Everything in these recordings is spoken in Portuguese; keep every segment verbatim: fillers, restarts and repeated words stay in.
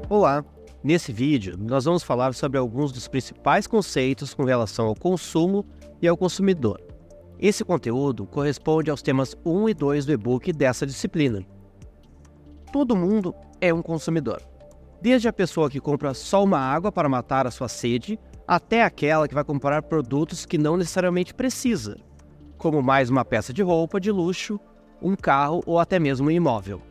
Olá! Nesse vídeo, nós vamos falar sobre alguns dos principais conceitos com relação ao consumo e ao consumidor. Esse conteúdo corresponde aos temas um e dois do e-book dessa disciplina. Todo mundo é um consumidor, desde a pessoa que compra só uma água para matar a sua sede, até aquela que vai comprar produtos que não necessariamente precisa, como mais uma peça de roupa de luxo, um carro ou até mesmo um imóvel.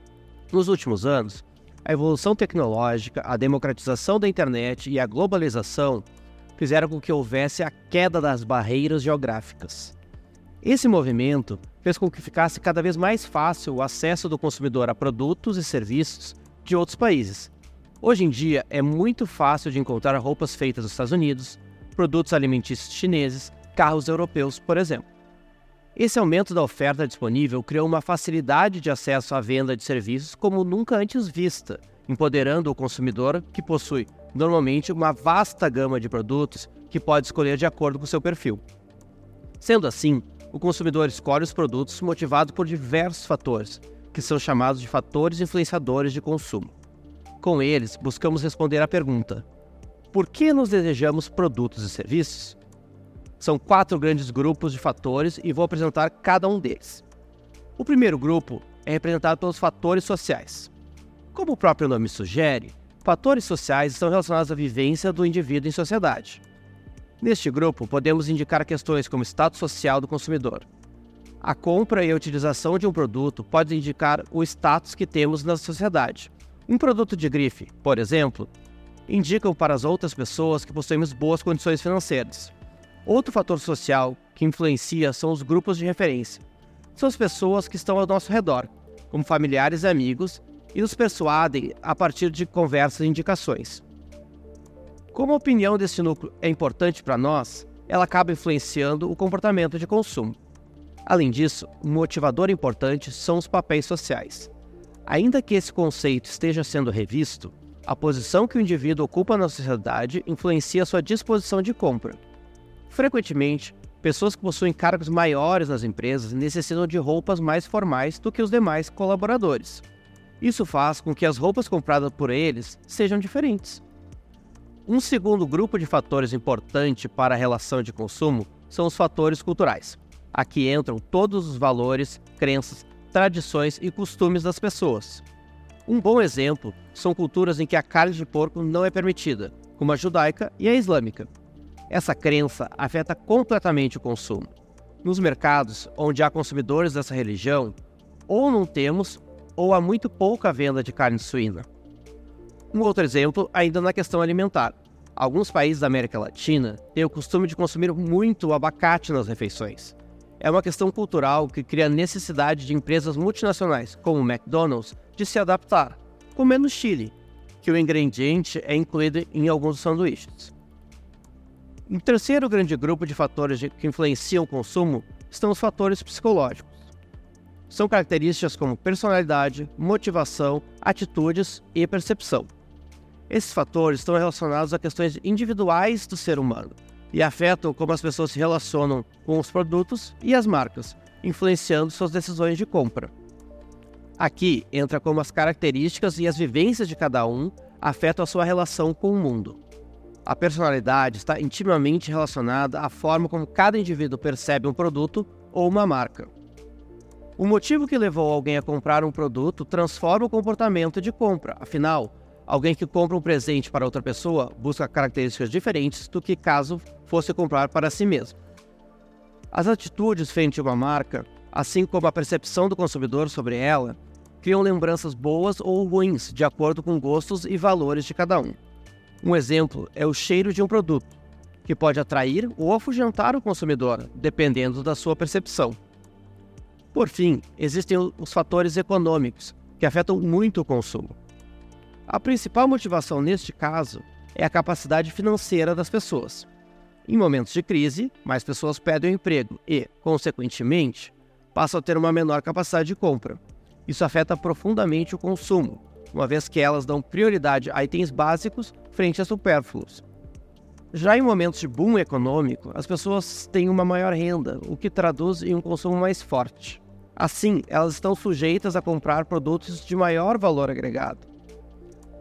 Nos últimos anos, a evolução tecnológica, a democratização da internet e a globalização fizeram com que houvesse a queda das barreiras geográficas. Esse movimento fez com que ficasse cada vez mais fácil o acesso do consumidor a produtos e serviços de outros países. Hoje em dia é muito fácil de encontrar roupas feitas nos Estados Unidos, produtos alimentícios chineses, carros europeus, por exemplo. Esse aumento da oferta disponível criou uma facilidade de acesso à venda de serviços como nunca antes vista, empoderando o consumidor, que possui, normalmente, uma vasta gama de produtos que pode escolher de acordo com seu perfil. Sendo assim, o consumidor escolhe os produtos motivado por diversos fatores, que são chamados de fatores influenciadores de consumo. Com eles, buscamos responder à pergunta: por que nos desejamos produtos e serviços? São quatro grandes grupos de fatores e vou apresentar cada um deles. O primeiro grupo é representado pelos fatores sociais. Como o próprio nome sugere, fatores sociais estão relacionados à vivência do indivíduo em sociedade. Neste grupo, podemos indicar questões como o status social do consumidor. A compra e a utilização de um produto pode indicar o status que temos na sociedade. Um produto de grife, por exemplo, indica para as outras pessoas que possuímos boas condições financeiras. Outro fator social que influencia são os grupos de referência. São as pessoas que estão ao nosso redor, como familiares e amigos, e nos persuadem a partir de conversas e indicações. Como a opinião desse núcleo é importante para nós, ela acaba influenciando o comportamento de consumo. Além disso, um motivador importante são os papéis sociais. Ainda que esse conceito esteja sendo revisto, a posição que o indivíduo ocupa na sociedade influencia sua disposição de compra. Frequentemente, pessoas que possuem cargos maiores nas empresas necessitam de roupas mais formais do que os demais colaboradores. Isso faz com que as roupas compradas por eles sejam diferentes. Um segundo grupo de fatores importante para a relação de consumo são os fatores culturais. Aqui entram todos os valores, crenças, tradições e costumes das pessoas. Um bom exemplo são culturas em que a carne de porco não é permitida, como a judaica e a islâmica. Essa crença afeta completamente o consumo. Nos mercados onde há consumidores dessa religião, ou não temos, ou há muito pouca venda de carne suína. Um outro exemplo ainda na questão alimentar. Alguns países da América Latina têm o costume de consumir muito o abacate nas refeições. É uma questão cultural que cria a necessidade de empresas multinacionais, como o McDonald's, de se adaptar, como é no Chile, que o ingrediente é incluído em alguns sanduíches. Um terceiro grande grupo de fatores que influenciam o consumo estão os fatores psicológicos. São características como personalidade, motivação, atitudes e percepção. Esses fatores estão relacionados a questões individuais do ser humano e afetam como as pessoas se relacionam com os produtos e as marcas, influenciando suas decisões de compra. Aqui entra como as características e as vivências de cada um afetam a sua relação com o mundo. A personalidade está intimamente relacionada à forma como cada indivíduo percebe um produto ou uma marca. O motivo que levou alguém a comprar um produto transforma o comportamento de compra. Afinal, alguém que compra um presente para outra pessoa busca características diferentes do que caso fosse comprar para si mesmo. As atitudes frente a uma marca, assim como a percepção do consumidor sobre ela, criam lembranças boas ou ruins de acordo com gostos e valores de cada um. Um exemplo é o cheiro de um produto, que pode atrair ou afugentar o consumidor, dependendo da sua percepção. Por fim, existem os fatores econômicos, que afetam muito o consumo. A principal motivação neste caso é a capacidade financeira das pessoas. Em momentos de crise, mais pessoas perdem o emprego e, consequentemente, passam a ter uma menor capacidade de compra. Isso afeta profundamente o consumo, uma vez que elas dão prioridade a itens básicos frente a supérfluos. Já em momentos de boom econômico, as pessoas têm uma maior renda, o que traduz em um consumo mais forte. Assim, elas estão sujeitas a comprar produtos de maior valor agregado.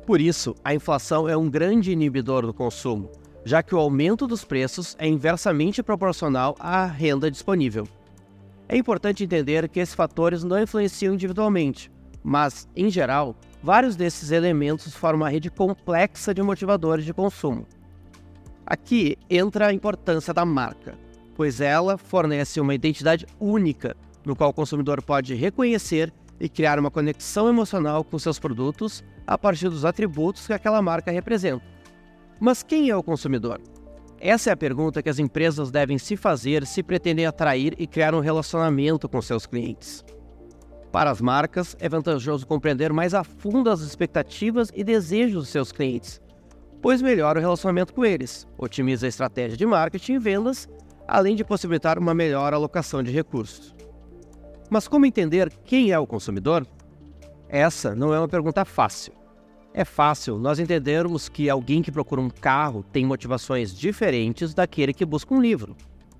Por isso, a inflação é um grande inibidor do consumo, já que o aumento dos preços é inversamente proporcional à renda disponível. É importante entender que esses fatores não influenciam individualmente, mas, em geral, vários desses elementos formam uma rede complexa de motivadores de consumo. Aqui entra a importância da marca, pois ela fornece uma identidade única no qual o consumidor pode reconhecer e criar uma conexão emocional com seus produtos a partir dos atributos que aquela marca representa. Mas quem é o consumidor? Essa é a pergunta que as empresas devem se fazer se pretendem atrair e criar um relacionamento com seus clientes. Para as marcas, é vantajoso compreender mais a fundo as expectativas e desejos dos seus clientes, pois melhora o relacionamento com eles, otimiza a estratégia de marketing e vendas, além de possibilitar uma melhor alocação de recursos. Mas como entender quem é o consumidor? Essa não é uma pergunta fácil. É fácil nós entendermos que alguém que procura um carro tem motivações diferentes daquele que busca um livro.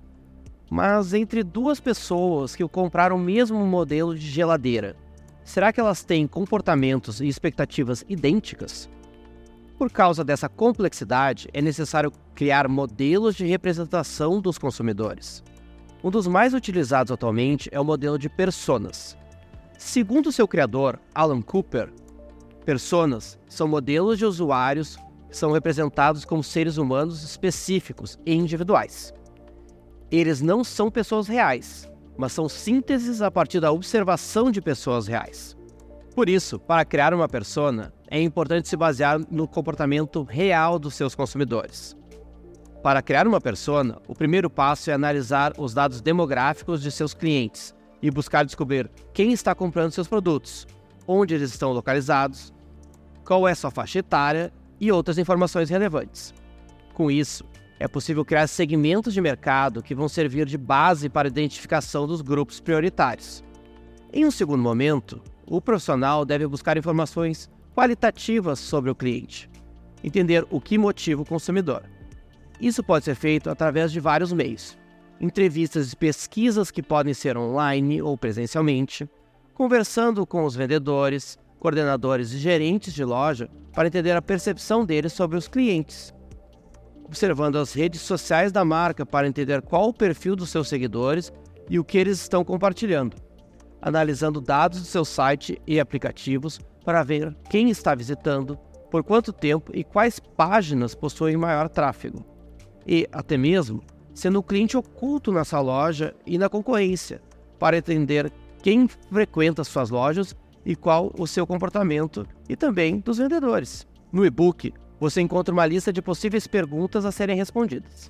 Mas entre duas pessoas que compraram o mesmo modelo de geladeira, será que elas têm comportamentos e expectativas idênticas? Por causa dessa complexidade, é necessário criar modelos de representação dos consumidores. Um dos mais utilizados atualmente é o modelo de personas. Segundo seu criador, Alan Cooper, personas são modelos de usuários que são representados como seres humanos específicos e individuais. Eles não são pessoas reais, mas são sínteses a partir da observação de pessoas reais. Por isso, para criar uma persona, é importante se basear no comportamento real dos seus consumidores. Para criar uma persona, o primeiro passo é analisar os dados demográficos de seus clientes e buscar descobrir quem está comprando seus produtos, onde eles estão localizados, qual é sua faixa etária e outras informações relevantes. Com isso, é possível criar segmentos de mercado que vão servir de base para a identificação dos grupos prioritários. Em um segundo momento, o profissional deve buscar informações qualitativas sobre o cliente, entender o que motiva o consumidor. Isso pode ser feito através de vários meios: entrevistas e pesquisas que podem ser online ou presencialmente, conversando com os vendedores, coordenadores e gerentes de loja para entender a percepção deles sobre os clientes, observando as redes sociais da marca para entender qual o perfil dos seus seguidores e o que eles estão compartilhando, analisando dados do seu site e aplicativos para ver quem está visitando, por quanto tempo e quais páginas possuem maior tráfego, e até mesmo sendo um cliente oculto nessa loja e na concorrência, para entender quem frequenta suas lojas e qual o seu comportamento, e também dos vendedores. No e-book, você encontra uma lista de possíveis perguntas a serem respondidas.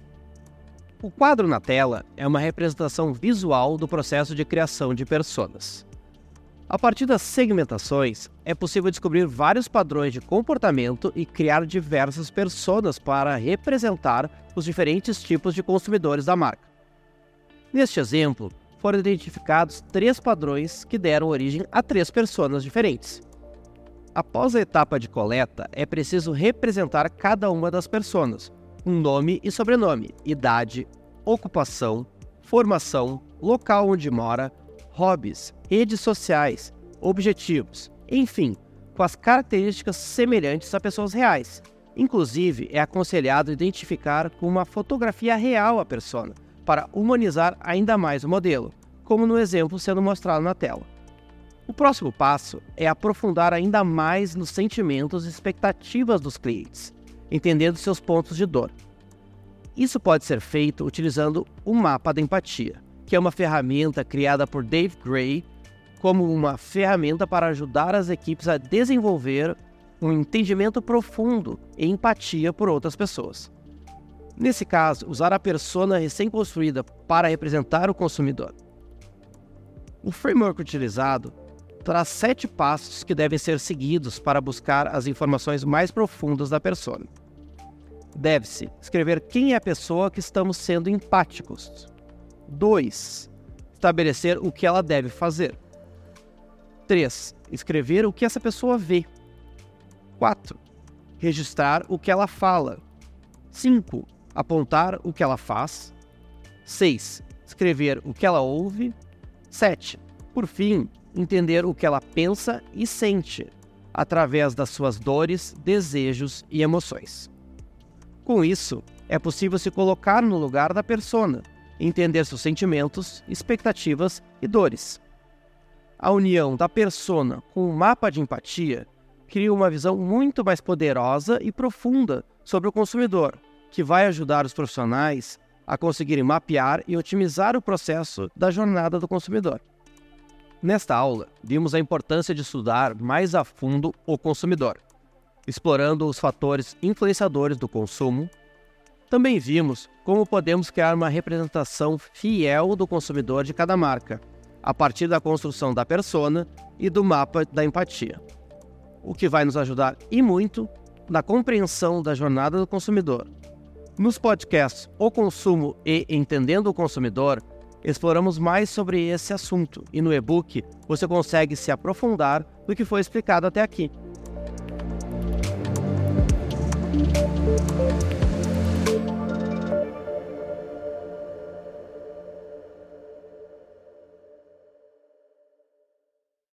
O quadro na tela é uma representação visual do processo de criação de personas. A partir das segmentações, é possível descobrir vários padrões de comportamento e criar diversas personas para representar os diferentes tipos de consumidores da marca. Neste exemplo, foram identificados três padrões que deram origem a três personas diferentes. Após a etapa de coleta, é preciso representar cada uma das personas, um nome e sobrenome, idade, ocupação, formação, local onde mora, hobbies, redes sociais, objetivos, enfim, com as características semelhantes a pessoas reais. Inclusive, é aconselhado identificar com uma fotografia real a persona, para humanizar ainda mais o modelo, como no exemplo sendo mostrado na tela. O próximo passo é aprofundar ainda mais nos sentimentos e expectativas dos clientes, entendendo seus pontos de dor. Isso pode ser feito utilizando o mapa da empatia, que é uma ferramenta criada por Dave Gray como uma ferramenta para ajudar as equipes a desenvolver um entendimento profundo e empatia por outras pessoas. Nesse caso, usar a persona recém-construída para representar o consumidor. O framework utilizado traz sete passos que devem ser seguidos para buscar as informações mais profundas da persona. Deve-se escrever quem é a pessoa que estamos sendo empáticos. dois. Estabelecer o que ela deve fazer. três. Escrever o que essa pessoa vê. quatro. Registrar o que ela fala. cinco. Apontar o que ela faz. seis. Escrever o que ela ouve. sete. Por fim, entender o que ela pensa e sente. através das suas dores, desejos e emoções. Com isso, é possível se colocar no lugar da persona, entender seus sentimentos, expectativas e dores. A união da persona com o mapa de empatia cria uma visão muito mais poderosa e profunda sobre o consumidor, que vai ajudar os profissionais a conseguirem mapear e otimizar o processo da jornada do consumidor. Nesta aula, vimos a importância de estudar mais a fundo o consumidor, explorando os fatores influenciadores do consumo. Também vimos como podemos criar uma representação fiel do consumidor de cada marca, a partir da construção da persona e do mapa da empatia, o que vai nos ajudar e muito na compreensão da jornada do consumidor. Nos podcasts O Consumo e Entendendo o Consumidor, exploramos mais sobre esse assunto e no e-book você consegue se aprofundar no que foi explicado até aqui.